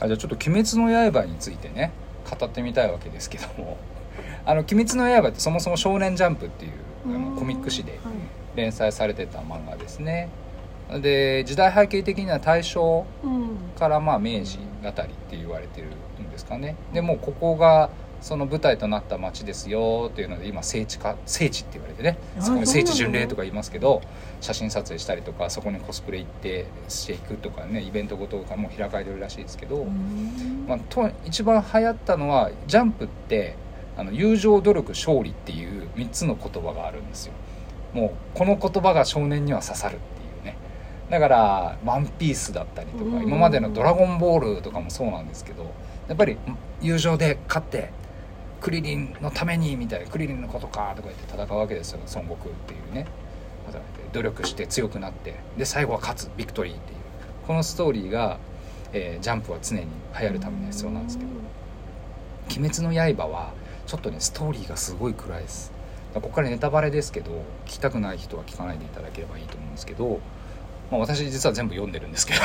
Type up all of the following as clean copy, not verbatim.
じゃあちょっと鬼滅の刃についてね語ってみたいわけですけども鬼滅の刃ってそもそも少年ジャンプっていうコミック誌で連載されてた漫画ですね。で時代背景的には大正からまあ明治あたりって言われてるんですかね。でもうここがその舞台となった街ですよっていうので今聖地って言われてね、そこに聖地巡礼とか言いますけど、写真撮影したりとかそこにコスプレ行ってしていくとかね、イベントごとがもう開かれてるらしいですけど、一番流行ったのはジャンプって友情努力勝利っていう3つの言葉があるんですよ。もうこの言葉が少年には刺さるっていうね。だからワンピースだったりとか今までのドラゴンボールとかもそうなんですけど、やっぱり友情で勝ってクリリンのためにみたいな、クリリンのことかとか言って戦うわけですよ、孫悟空っていうね。努力して強くなってで最後は勝つビクトリーっていうこのストーリーが、ジャンプは常に流行るために必要なんですけど、鬼滅の刃はちょっとねストーリーがすごい暗いです。ここからネタバレですけど聞きたくない人は聞かないでいただければいいと思うんですけど、私実は全部読んでるんですけど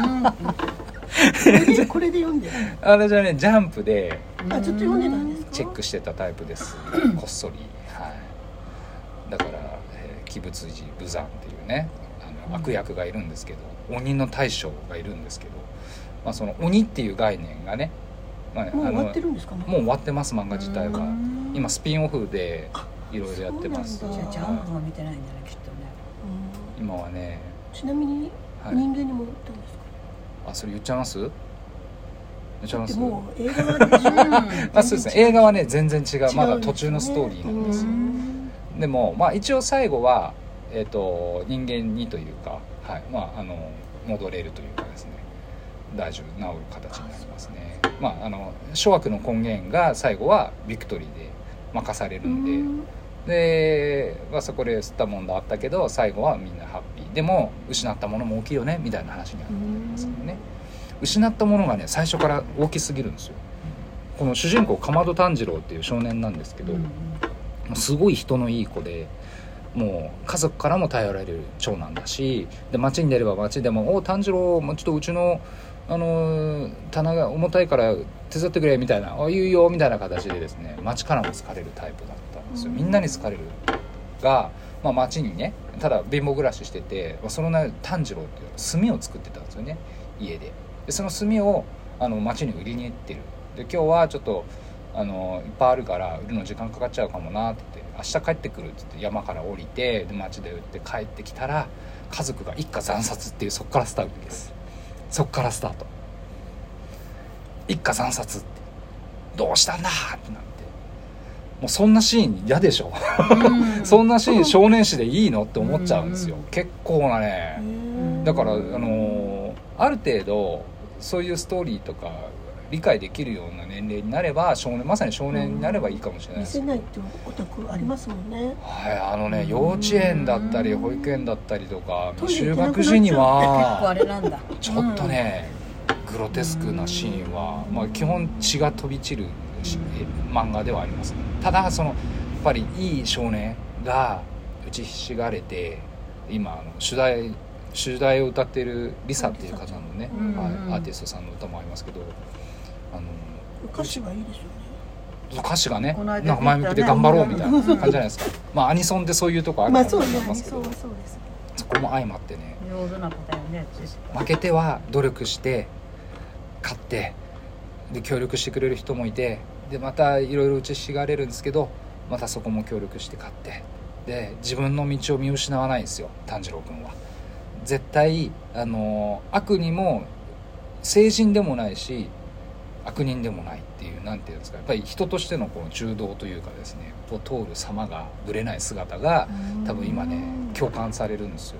これで読んでるじゃあねジャンプでちょっと読んでたんですか。 チェックしてたタイプですこっそり、はい、だから、鬼仏寺武山っていうね悪役がいるんですけど、鬼の大将がいるんですけど、その鬼っていう概念がね、 もう終わってるんですかね。 もう終わってます。漫画自体は今スピンオフでいろいろやってます。 じゃあジャンプは見てないんだねきっとね。 今はね。 ちなみに人間に戻ったんですか。 それ言っちゃいます？言っちゃいます？ もう映画はそうですね、映画はね全然違う、まだ途中のストーリーなんですよ。でも一応最後は人間にというか、はい、戻れるというかですね、大丈夫治る形になりますね。諸悪の根源が最後はビクトリーで任されるんで、そこで吸ったもんだあったけど最後はみんなハッピー。でも失ったものも大きいよねみたいな話になりますよね。失ったものがね最初から大きすぎるんですよ。この主人公竈門炭治郎っていう少年なんですけど、すごい人のいい子で、もう家族からも頼られる長男だし、で街に出れば街でも炭治郎ちょっとうちの棚が重たいから手伝ってくれみたいな、言うよみたいな形でですね、街からも好かれるタイプだったんですよ。みんなに好かれるが、街にねただ貧乏暮らししてて、その名炭治郎っていう炭を作ってたんですよね、家で。でその炭を街に売りに行ってる。で今日はちょっといっぱいあるから売るの時間かかっちゃうかもなって言って、明日帰ってくるって言って山から降りて、で街で売って帰ってきたら家族が一家惨殺っていう、そっからスタートです。そっからスタート。一家惨殺ってどうしたんだってなって、もうそんなシーン嫌でしょそんなシーン少年誌でいいのって思っちゃうんですよ。結構なね。だからある程度そういうストーリーとか理解できるような年齢になればまさに少年になればいいかもしれないですけど、 見せないってお得ありますもんね。 はい、幼稚園だったり保育園だったりとか就学時にはちょっとねグロテスクなシーンは、基本血が飛び散る漫画ではあります、ね、ただやっぱりいい少年が打ちひしがれて、今主題を歌っているリサっていう方のね、アーティストさんの歌もありますけど、 歌詞がいいでしょうね。 歌詞がねなんか前向きで頑張ろうみたいな感じじゃないですか。アニソンってそういうとこあると思いますけど、そこも相まってね、 上手な方よね。 負けては努力して勝って、で協力してくれる人もいて、でまたいろいろ打ちひしがれるんですけど、またそこも協力して勝って、で自分の道を見失わないんですよ炭治郎君は。絶対悪にも聖人でもないし悪人でもないっていう、なんていうんですか、やっぱり人としてのこの中道というかですねを通る様がぶれない姿が多分今ね共感されるんですよ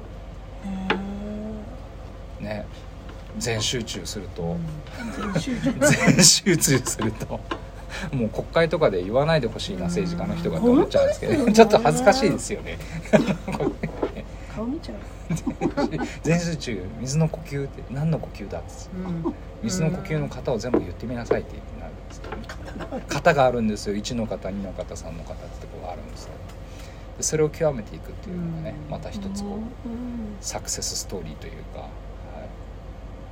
ね。全集中すると全集中するともう国会とかで言わないでほしいな政治家の人がって思っちゃうんですけど、ちょっと恥ずかしいですよね顔見ちゃう全集中、水の呼吸って何の呼吸だって、水の呼吸の型を全部言ってみなさいってなるんですけど、型があるんですよ。1の型、2の型、3の型ってところがあるんですよ。でそれを極めていくっていうのがね、また一つこうサクセスストーリーというか、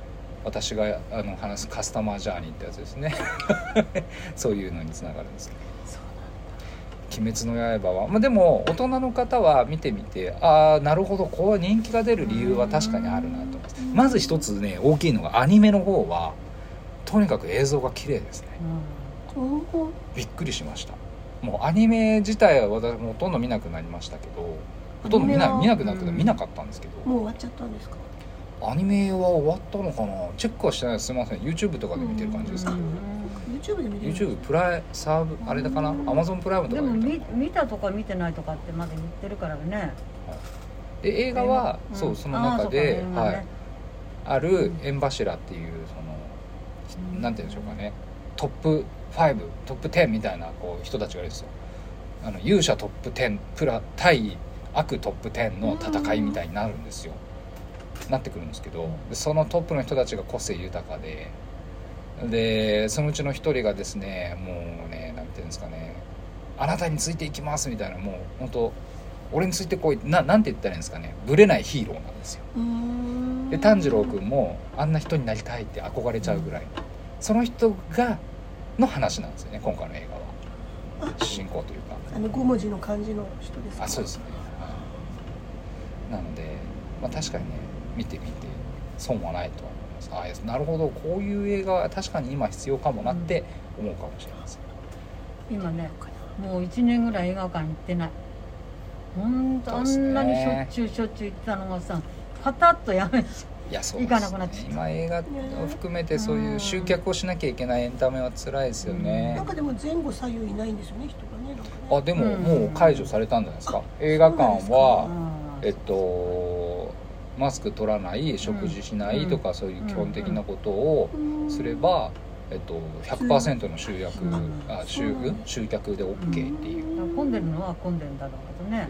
私が話すカスタマージャーニーってやつですねそういうのにつながるんですけど、鬼滅の刃は、まあ、でも大人の方は見てみて、ああなるほど、こう人気が出る理由は確かにあるなと思います。まず一つね大きいのがアニメの方はとにかく映像が綺麗ですね、びっくりしました。もうアニメ自体は私もほとんど見なくなりましたけど、ほとんど見なくなって見なかったんですけど、 もう終わっちゃったんですか？ アニメは終わったのかな、チェックはしてないです、すみません。 YouTube とかで見てる感じですけど、 YouTube で見れる YouTube プライサーブあれだかな、Amazon プライムとかでも見てる見たとか見てないとかってまだ言ってるからね。 で映画は、そうその中で、 あ、 はい、ある縁柱っていうそのなんていうんでしょうかね、トップ5トップ10みたいなこう人たちがいるんですよ。勇者トップ10対悪トップ10の戦いみたいになるんですよ、なってくるんですけど、そのトップの人たちが個性豊かでそのうちの一人がですね、もうねなんていうんですかね、あなたについていきますみたいな、もう本当俺についてこいなんて言ったらいいんですかね、ブレないヒーローなんですよ。で炭治郎くんもあんな人になりたいって憧れちゃうぐらい、その人の話なんですよね、今回の映画は。主人公というか 5文字の漢字の人ですか？ そうですね、なので、まあ、確かにね見てみて損はないとは思います。なるほど、こういう映画は確かに今必要かもなって思うかもしれません。 今ねもう1年ぐらい映画館行ってない。ほんとあんなにしょっちゅう行ってたのがさ、パタッとやめちゃう。 いやそうですね、 行かなくなっちゃった。 今映画を含めてそういう集客をしなきゃいけないエンタメは辛いですよね。 なんかでも前後左右いないんですよね、人がね。なんかねあでも、もう解除されたんじゃないですか。映画館はマスク取らない、食事しないとか、そういう基本的なことをすれば、100% の集客で OK っていう、 混んでるのは混んでるんだろうけどね。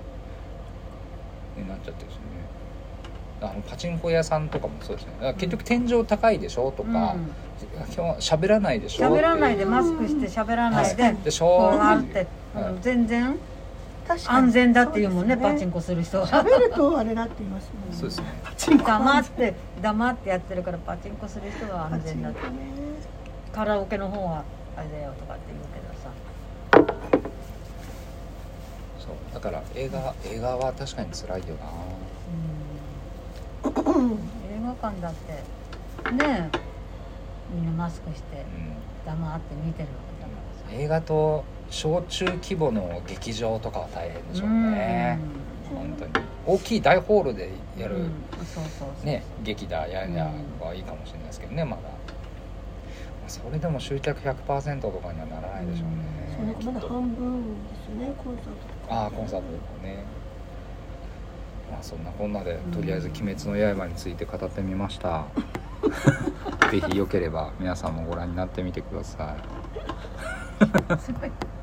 になっちゃってるんですよね。パチンコ屋さんとかもそうですね。だから結局天井高いでしょとか、基本喋らないでしょ、 喋らないでマスクして喋らないで、 でしょこうあって、全然安全だっていうもんね、パチンコする人は。 喋るとあれだって言いますもんね。 そうですね。 パチンコ黙ってやってるからパチンコする人は安全だって。カラオケの方はあれだよとかって言うけどさ。 そうだから映画は確かに辛いよな。 映画館だってねえ、みんなマスクして黙って見てるわけだからさ。 映画と小中規模の劇場とかは大変でしょうね。本当に大きい大ホールでやる、ね、劇だややはいいかもしれないですけどね、まだそれでも集客 100% とかにはならないでしょうね。 まだ半分ですよね、コンサートとか。 コンサートとかね。まあそんなこんなでとりあえず「鬼滅の刃」について語ってみましたぜひよければ皆さんもご覧になってみてください。 すごい